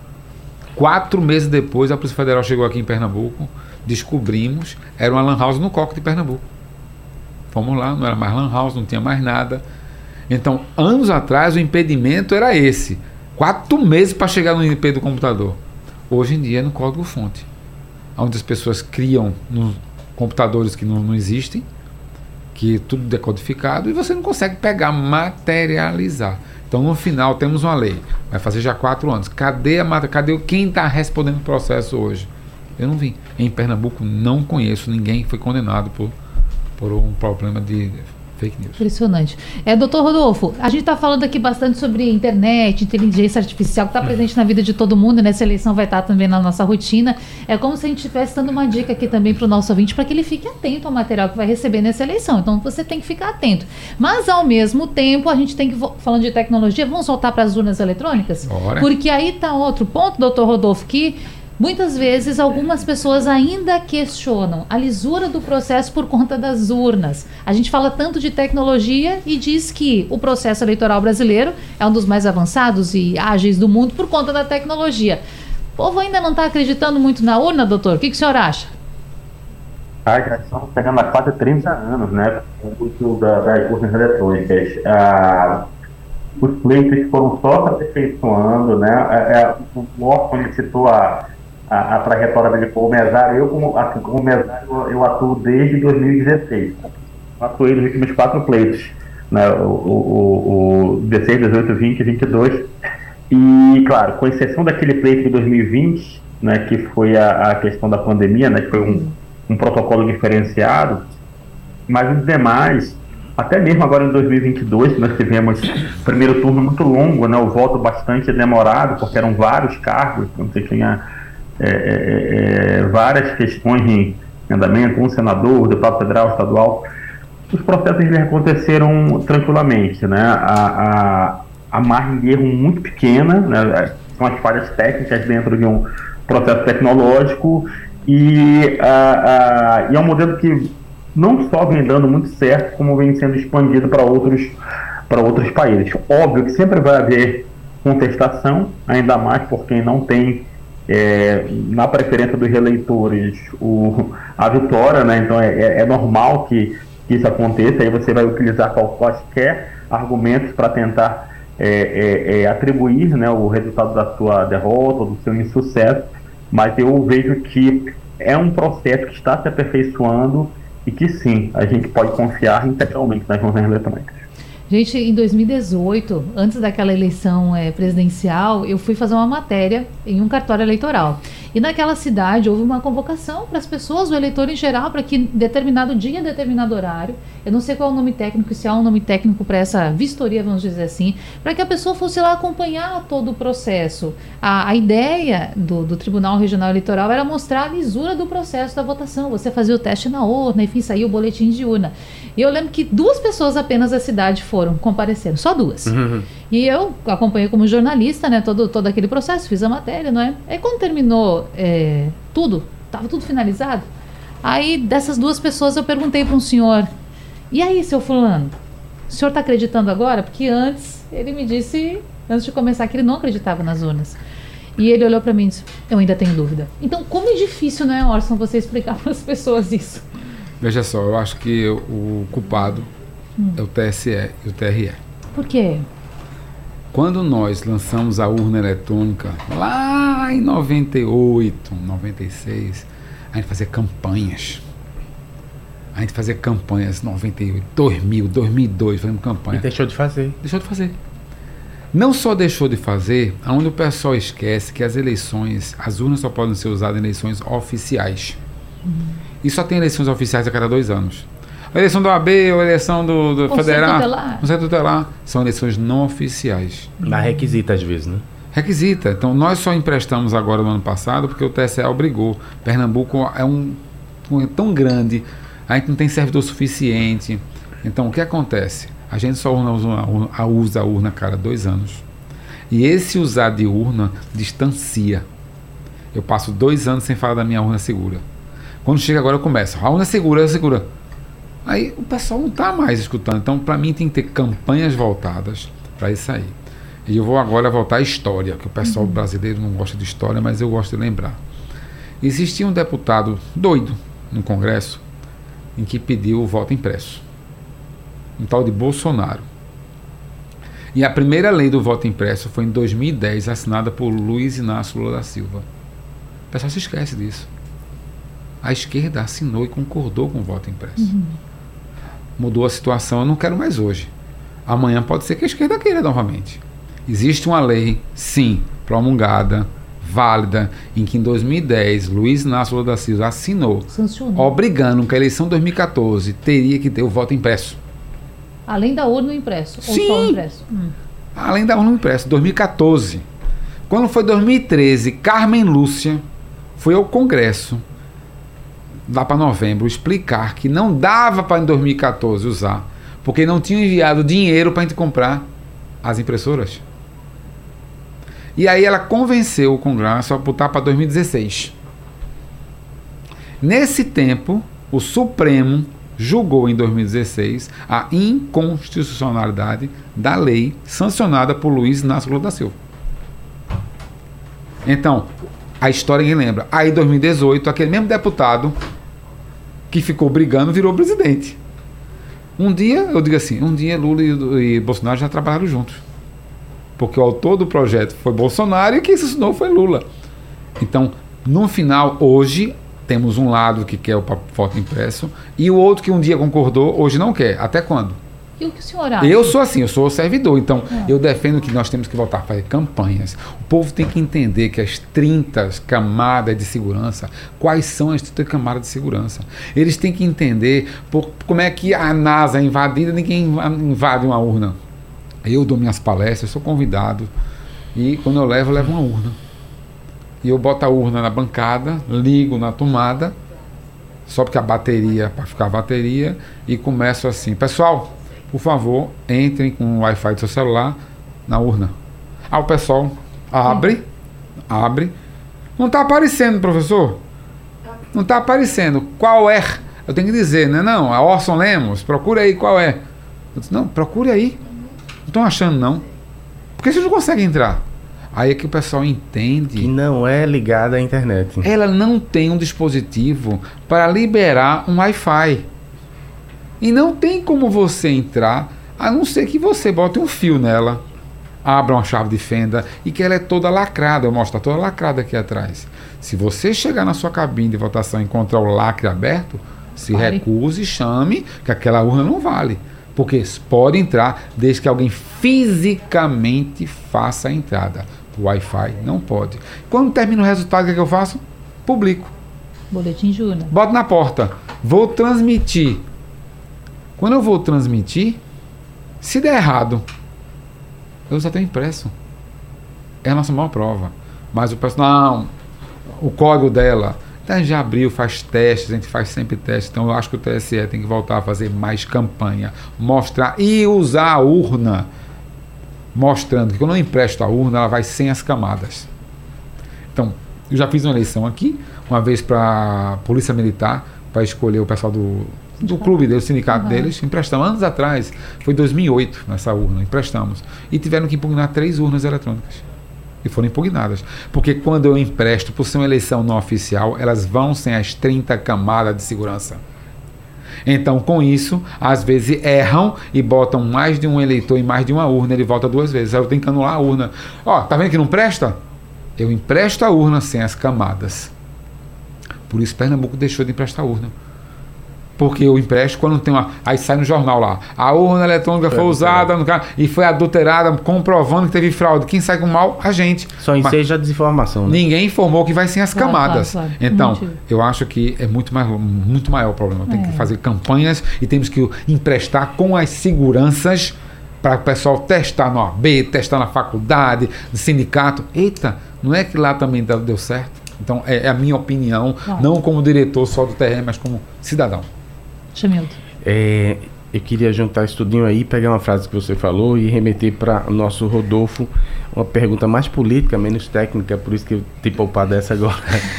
4 meses depois, a Polícia Federal chegou aqui em Pernambuco, descobrimos, era uma Lan House no Coque de Pernambuco. Fomos lá, não era mais Lan House, não tinha mais nada. Então, anos atrás, o impedimento era esse. 4 meses para chegar no IP do computador. Hoje em dia é no código-fonte, onde as pessoas criam nos computadores que não existem, que tudo decodificado, e você não consegue pegar, materializar. Então, no final, temos uma lei. Vai fazer já 4 anos. Cadê quem está respondendo o processo hoje? Eu não vi. Em Pernambuco, não conheço ninguém que foi condenado por um problema de fake news. Impressionante. Doutor Rodolfo, a gente está falando aqui bastante sobre internet, inteligência artificial, que está presente na vida de todo mundo, nessa eleição vai estar também na nossa rotina. É como se a gente estivesse dando uma dica aqui também para o nosso ouvinte, para que ele fique atento ao material que vai receber nessa eleição. Então, você tem que ficar atento. Mas, ao mesmo tempo, a gente tem que, falando de tecnologia, vamos voltar para as urnas eletrônicas? Bora. Porque aí está outro ponto, doutor Rodolfo, que muitas vezes algumas pessoas ainda questionam a lisura do processo por conta das urnas. A gente fala tanto de tecnologia e diz que o processo eleitoral brasileiro é um dos mais avançados e ágeis do mundo por conta da tecnologia. O povo ainda não está acreditando muito na urna, doutor? O que o senhor acha? Já estamos chegando a quase 30 anos, né? Das urnas eletrônicas. Os pleitos foram só se aperfeiçoando, né? O Orson citou a trajetória dele como mesário. Como mesário, eu atuo desde 2016. Atuei nos últimos 4 pleitos, né? O 16, 18, 20 e 22. E, claro, com exceção daquele pleito de 2020, né, que foi a questão da pandemia, né, que foi um protocolo diferenciado, mas os demais, até mesmo agora em 2022, que nós tivemos primeiro turno muito longo, né, o voto bastante demorado, porque eram vários cargos, então você tinha várias questões em andamento, um senador, deputado federal, estadual. Os processos eles aconteceram tranquilamente, né? A margem de erro muito pequena, né? São as falhas técnicas dentro de um processo tecnológico e é um modelo que não só vem dando muito certo, como vem sendo expandido para outros países. Óbvio que sempre vai haver contestação, ainda mais por quem não tem na preferência dos eleitores a vitória, né? Então é normal que que isso aconteça. Aí você vai utilizar quaisquer argumentos para tentar atribuir, né, o resultado da sua derrota ou do seu insucesso, mas eu vejo que é um processo que está se aperfeiçoando e que sim, a gente pode confiar integralmente nas urnas eletrônicas. Gente, em 2018, antes daquela eleição presidencial, eu fui fazer uma matéria em um cartório eleitoral. E naquela cidade houve uma convocação para as pessoas, o eleitor em geral, para que em determinado dia, determinado horário, eu não sei qual é o nome técnico, se há um nome técnico para essa vistoria, vamos dizer assim, para que a pessoa fosse lá acompanhar todo o processo. A ideia do Tribunal Regional Eleitoral era mostrar a lisura do processo da votação. Você fazia o teste na urna, enfim, saía o boletim de urna. E eu lembro que 2 pessoas apenas da cidade compareceram, só 2. Uhum. E eu acompanhei como jornalista, né, todo aquele processo, fiz a matéria, não é? Aí quando terminou tudo, estava tudo finalizado, aí dessas 2 pessoas eu perguntei para um senhor, e aí, seu fulano, o senhor está acreditando agora? Porque antes, ele me disse, antes de começar, que ele não acreditava nas urnas. E ele olhou para mim e disse, eu ainda tenho dúvida. Então, como é difícil, né, Orson, você explicar para as pessoas isso? Veja só, eu acho que o culpado é o TSE e o TRE. Por quê? Quando nós lançamos a urna eletrônica, lá em 98, 96, a gente fazia campanhas. A gente fazia campanhas em 98, 2000, 2002, fazendo campanha. E deixou de fazer. Deixou de fazer. Não só deixou de fazer, onde o pessoal esquece que as eleições, as urnas só podem ser usadas em eleições oficiais. E só tem eleições oficiais a cada 2 anos. A eleição do AB ou a eleição do federal, Conselho Tutelar, são eleições não oficiais. Mas requisita às vezes, né? Requisita. Então, nós só emprestamos agora no ano passado porque o TSE obrigou. Pernambuco é tão grande, a gente não tem servidor suficiente. Então, o que acontece? A gente só usa a urna a cada 2 anos. E esse usar de urna distancia. Eu passo 2 anos sem falar da minha urna segura. Quando chega agora eu começo, a urna segura, segura. Aí o pessoal não está mais escutando. Então, para mim, tem que ter campanhas voltadas para isso aí. E eu vou agora voltar à história, que o pessoal brasileiro não gosta de história, mas eu gosto de lembrar. Existia um deputado doido no Congresso em que pediu o voto impresso. Um tal de Bolsonaro. E a primeira lei do voto impresso foi em 2010, assinada por Luiz Inácio Lula da Silva. O pessoal se esquece disso. A esquerda assinou e concordou com o voto impresso. Mudou a situação, eu não quero mais hoje. Amanhã pode ser que a esquerda queira novamente. Existe uma lei, sim, promulgada, válida, em que em 2010 Luiz Inácio Lula da Silva assinou, obrigando que a eleição de 2014 teria que ter o voto impresso. Além da urna impresso? Sim! Ou só impresso? Além da urna impresso, 2014. Quando foi 2013, Carmen Lúcia foi ao Congresso, lá para novembro, explicar que não dava para em 2014 usar, porque não tinham enviado dinheiro para a gente comprar as impressoras. E aí ela convenceu o Congresso a botar para 2016. Nesse tempo, o Supremo julgou em 2016 a inconstitucionalidade da lei sancionada por Luiz Inácio Lula da Silva. Então, a história ninguém lembra. Aí em 2018, aquele mesmo deputado que ficou brigando virou presidente. Um dia, eu digo assim, Lula e Bolsonaro já trabalharam juntos. Porque o autor do projeto foi Bolsonaro e quem se assinou foi Lula. Então, no final, hoje, temos um lado que quer o voto impresso e o outro que um dia concordou, hoje não quer. Até quando? E o que o senhor acha? Eu sou assim, eu sou o servidor. Então, eu defendo que nós temos que voltar a fazer campanhas. O povo tem que entender que as 30 camadas de segurança, quais são as 30 camadas de segurança? Eles têm que entender como é que a NASA é invadida, ninguém invade uma urna. Eu dou minhas palestras, sou convidado e quando eu levo uma urna. E eu boto a urna na bancada, ligo na tomada, só porque a bateria, para ficar a bateria, e começo assim, pessoal, por favor, entrem com o Wi-Fi do seu celular na urna. Aí o pessoal abre. Não está aparecendo, professor? Não está aparecendo. Qual é? Eu tenho que dizer, né? Não, a Orson Lemos, procura aí qual é. Eu disse, não, procure aí. Não estão achando, não. Por que vocês não conseguem entrar? Aí é que o pessoal entende que não é ligada à internet. Ela não tem um dispositivo para liberar um Wi-Fi. E não tem como você entrar, a não ser que você bote um fio nela, abra uma chave de fenda e que ela é toda lacrada. Eu mostro toda lacrada aqui atrás. Se você chegar na sua cabine de votação e encontrar o lacre aberto, se recuse e chame, que aquela urna não vale. Porque pode entrar desde que alguém fisicamente faça a entrada. O Wi-Fi não pode. Quando termina o resultado, o que eu faço? Publico. Boletim de urna. Boto na porta. Vou transmitir. Quando eu vou transmitir, se der errado, eu já tenho impresso. É a nossa maior prova. Mas o pessoal, não, o código dela, então já abriu, faz testes, a gente faz sempre testes. Então eu acho que o TSE tem que voltar a fazer mais campanha, mostrar e usar a urna, mostrando que quando eu empresto a urna, ela vai sem as camadas. Então, eu já fiz uma eleição aqui, uma vez para a Polícia Militar, para escolher o pessoal do clube deles, do sindicato deles, emprestamos anos atrás, foi 2008 nessa urna, emprestamos, e tiveram que impugnar 3 urnas eletrônicas, e foram impugnadas, porque quando eu empresto, por ser uma eleição não oficial, elas vão sem as 30 camadas de segurança. Então, com isso, às vezes erram e botam mais de um eleitor em mais de uma urna, ele volta 2 vezes, aí eu tenho que anular a urna. Ó, tá vendo que não presta? Eu empresto a urna sem as camadas. Por isso Pernambuco deixou de emprestar a urna. Porque eu empresto quando tem uma... Aí sai no jornal lá. A urna eletrônica foi usada no carro e foi adulterada, comprovando que teve fraude. Quem sai com mal? A gente. Só enseja a desinformação, né? Ninguém informou que vai sem as camadas. Claro. Então, eu acho que é muito maior o problema. Tem que fazer campanhas e temos que emprestar com as seguranças para o pessoal testar no AB, testar na faculdade, no sindicato. Eita, não é que lá também deu certo? Então, é a minha opinião, não como diretor só do TRE, mas como cidadão. Chamildo. Eu queria juntar isso tudinho aí, pegar uma frase que você falou e remeter para o nosso Rodolfo uma pergunta mais política, menos técnica, por isso que eu te poupar dessa agora.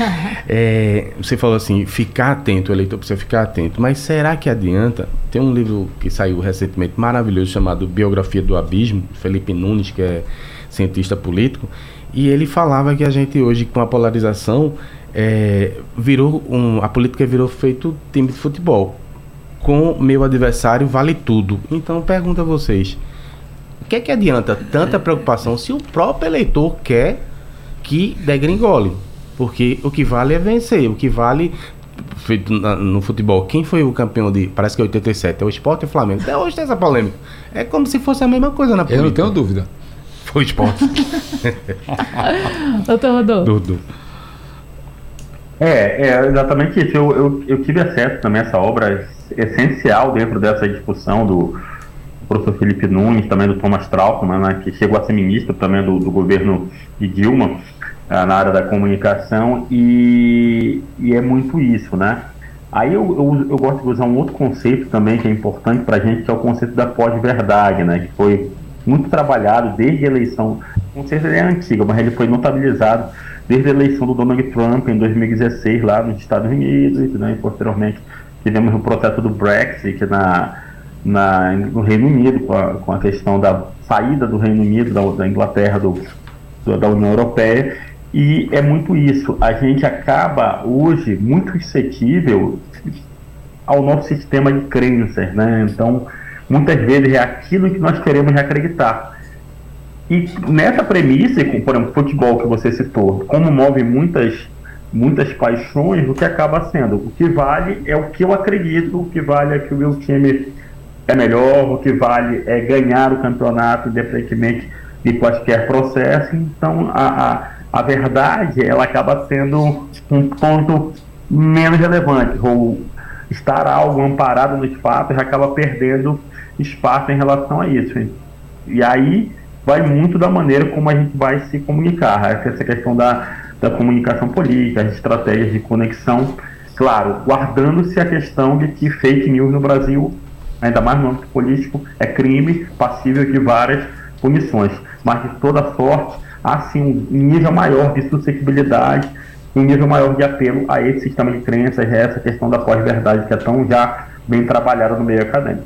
Você falou assim, ficar atento, o eleitor precisa ficar atento, mas será que adianta? Tem um livro que saiu recentemente maravilhoso chamado Biografia do Abismo, Felipe Nunes, que é cientista político, e ele falava que a gente hoje, com a polarização, a política virou feito time de futebol. Com meu adversário vale tudo. Então pergunto a vocês, o que é que adianta tanta preocupação se o próprio eleitor quer que degringole? Porque o que vale é vencer, o que vale feito no futebol. Quem foi o campeão parece que é 87, é o Sport e o Flamengo. Até hoje tem essa polêmica. É como se fosse a mesma coisa na política. Eu não tenho dúvida. Foi o Sport. Doutor Rodolfo. É exatamente isso. Eu tive acesso também a essa obra essencial dentro dessa discussão do professor Felipe Nunes, também do Thomas Trautmann, né, que chegou a ser ministro também do governo de Dilma, na área da comunicação, e é muito isso, né? Aí eu gosto de usar um outro conceito também que é importante para a gente, que é o conceito da pós-verdade, né, que foi muito trabalhado desde a eleição. O conceito é antigo, mas ele foi notabilizado desde a eleição do Donald Trump em 2016 lá nos Estados Unidos, né, e posteriormente tivemos o processo do Brexit no Reino Unido, com a questão da saída do Reino Unido, da Inglaterra, da União Europeia, e é muito isso. A gente acaba hoje muito suscetível ao nosso sistema de crenças, né? Então, muitas vezes é aquilo que nós queremos acreditar. E nessa premissa, por exemplo, futebol que você citou, como move muitas paixões, o que acaba sendo, o que vale é o que eu acredito, o que vale é que o meu time é melhor, o que vale é ganhar o campeonato, independentemente de quaisquer processo. Então a verdade, ela acaba sendo um ponto menos relevante, ou estar algo amparado nos fatos acaba perdendo espaço em relação a isso. E aí vai muito da maneira como a gente vai se comunicar, essa questão da comunicação política, as estratégias de conexão, claro, guardando-se a questão de que fake news no Brasil, ainda mais no âmbito político, é crime passível de várias punições, mas de toda sorte há sim um nível maior de suscetibilidade, um nível maior de apelo a esse sistema de crenças, essa questão da pós-verdade que é tão já bem trabalhada no meio acadêmico.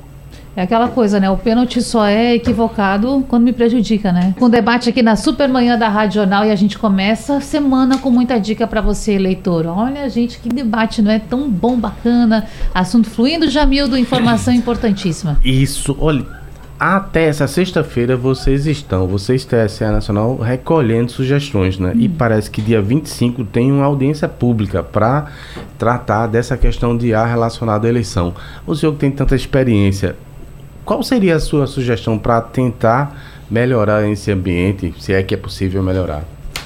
É aquela coisa, né? O pênalti só é equivocado quando me prejudica, né? Com debate aqui na Supermanhã da Rádio Jornal, e a gente começa a semana com muita dica para você, eleitor. Olha, gente, que debate, não é tão bom, bacana. Assunto fluindo, Jamildo, informação importantíssima. Isso, olha, até essa sexta-feira vocês, TSE Nacional, recolhendo sugestões, né? E parece que dia 25 tem uma audiência pública para tratar dessa questão de ar relacionado à eleição. O senhor que tem tanta experiência, qual seria a sua sugestão para tentar melhorar esse ambiente, se é que é possível melhorar?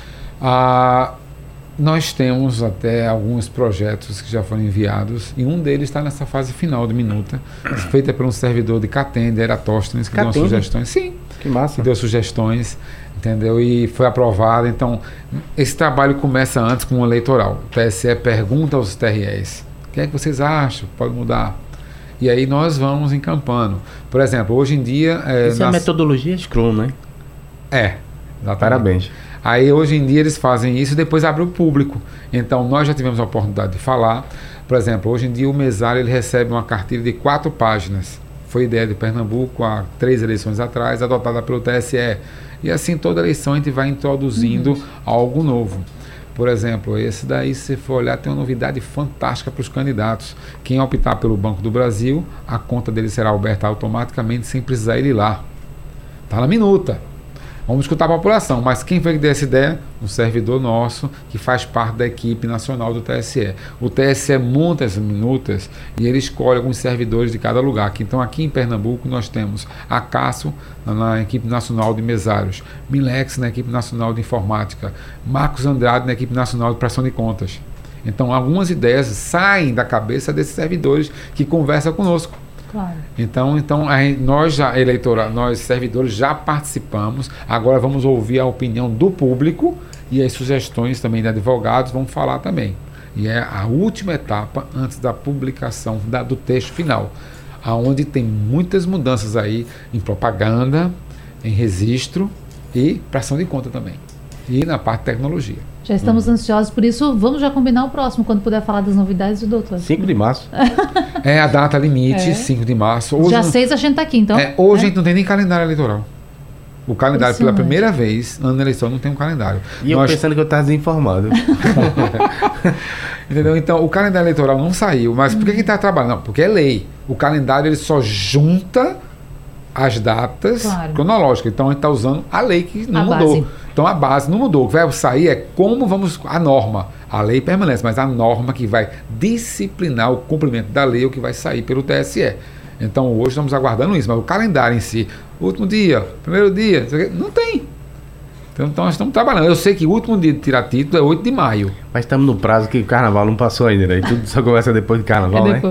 Nós temos até alguns projetos que já foram enviados, e um deles está nessa fase final de minuta, feita por um servidor de Catende, Eratóstenes, que deu sugestões. Sim, que massa. Que deu sugestões, entendeu? E foi aprovado. Então, esse trabalho começa antes com o eleitoral. O TSE pergunta aos TREs, o que é que vocês acham? Pode mudar? E aí nós vamos encampando. Por exemplo, hoje em dia... Isso é a metodologia Scrum, né? Exatamente. Parabéns. Aí hoje em dia eles fazem isso e depois abrem o público. Então nós já tivemos a oportunidade de falar. Por exemplo, hoje em dia o mesário ele recebe uma cartilha de 4 páginas. Foi ideia de Pernambuco há 3 eleições atrás, adotada pelo TSE. E assim toda eleição a gente vai introduzindo algo novo. Por exemplo, esse daí, se você for olhar, tem uma novidade fantástica para os candidatos. Quem optar pelo Banco do Brasil, a conta dele será aberta automaticamente sem precisar ir lá. Está na minuta. Vamos escutar a população, mas quem foi que deu essa ideia? Um servidor nosso que faz parte da equipe nacional do TSE. O TSE monta essas minutas e ele escolhe alguns servidores de cada lugar. Então aqui em Pernambuco nós temos a Cássio na equipe nacional de mesários, Milex na equipe nacional de informática, Marcos Andrade na equipe nacional de prestação de contas. Então algumas ideias saem da cabeça desses servidores que conversam conosco. Claro. Então nós servidores já participamos, agora vamos ouvir a opinião do público e as sugestões também de advogados vão falar também. E é a última etapa antes da publicação do texto final, aonde tem muitas mudanças aí em propaganda, em registro e prestação de conta também. E na parte de tecnologia. Já estamos ansiosos, por isso vamos já combinar o próximo, quando puder falar das novidades do doutor. 5 de março. É a data limite, 5 de março. Hoje já 6 a gente está aqui, então. Hoje a gente não tem nem calendário eleitoral. O calendário, pela primeira vez, ano da eleição, não tem um calendário. E eu pensando que eu estava desinformado. Entendeu? Então, o calendário eleitoral não saiu. Mas por que está trabalhando? Não, porque é lei. O calendário ele só junta as datas cronológicas. Então, a gente está usando a lei que não mudou. Base. Então, a base não mudou. O que vai sair é como vamos... A norma. A lei permanece, mas a norma que vai disciplinar o cumprimento da lei é o que vai sair pelo TSE. Então, hoje estamos aguardando isso. Mas o calendário em si, último dia, primeiro dia, não tem. Então, nós estamos trabalhando. Eu sei que o último dia de tirar título é 8 de maio. Mas estamos no prazo que o carnaval não passou ainda, né? E tudo só começa depois do carnaval, né?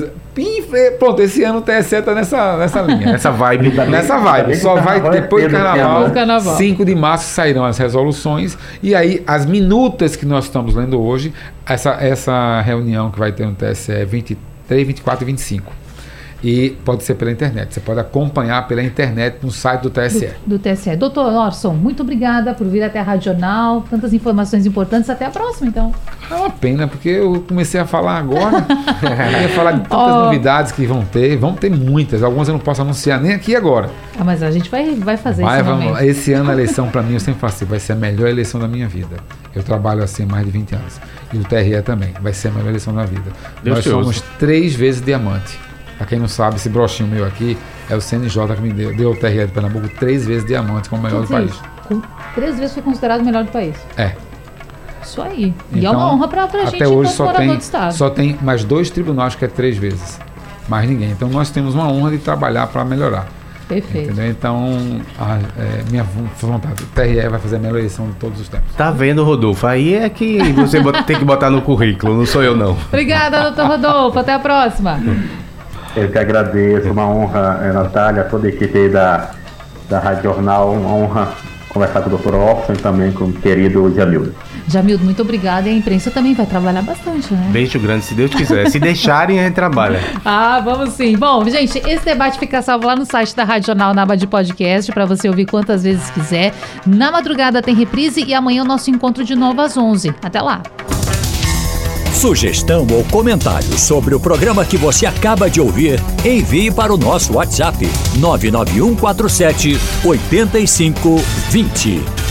Pronto, esse ano o TSE está nessa linha. Nessa vibe. Nessa vibe. Só vai depois do carnaval. 5 de março sairão as resoluções. E aí, as minutas que nós estamos lendo hoje, essa reunião que vai ter no TSE é 23, 24 e 25. E pode ser pela internet. Você pode acompanhar pela internet no site do TSE. Do TSE. Doutor Orson, muito obrigada por vir até a Rádio Jornal. Tantas informações importantes. Até a próxima, então. É uma pena, porque eu comecei a falar agora. Eu ia falar de tantas novidades que vão ter. Vão ter muitas. Algumas eu não posso anunciar nem aqui agora. Mas a gente vai fazer isso. Esse ano a eleição, para mim, eu sempre falo assim, vai ser a melhor eleição da minha vida. Eu trabalho assim há mais de 20 anos. E o TRE também. Vai ser a melhor eleição da vida. Nós somos 3 vezes diamante. Para quem não sabe, esse brochinho meu aqui é o CNJ que me deu o TRE de Pernambuco 3 vezes diamante como o melhor do país. 3 vezes foi considerado o melhor do país. É. Isso aí. E então, é uma honra para a gente, até hoje só tem mais 2 tribunais que é 3 vezes. Mais ninguém. Então nós temos uma honra de trabalhar para melhorar. Perfeito. Entendeu? Então, minha vontade, o TRE vai fazer a melhor eleição de todos os tempos. Tá vendo, Rodolfo? Aí é que você tem que botar no currículo, não sou eu não. Obrigada, doutor Rodolfo. Até a próxima. Eu que agradeço, uma honra, Natália, toda a equipe aí da Rádio Jornal, uma honra conversar com o Dr. Orson e também com o querido Jamildo. Jamildo, muito obrigada. E a imprensa também vai trabalhar bastante, né? Beijo grande, se Deus quiser. Se deixarem, a gente trabalha. Vamos sim. Bom, gente, esse debate fica salvo lá no site da Rádio Jornal, na aba de podcast, para você ouvir quantas vezes quiser. Na madrugada tem reprise e amanhã o nosso encontro de novo às 11. Até lá. Sugestão ou comentário sobre o programa que você acaba de ouvir, envie para o nosso WhatsApp 99147 8520.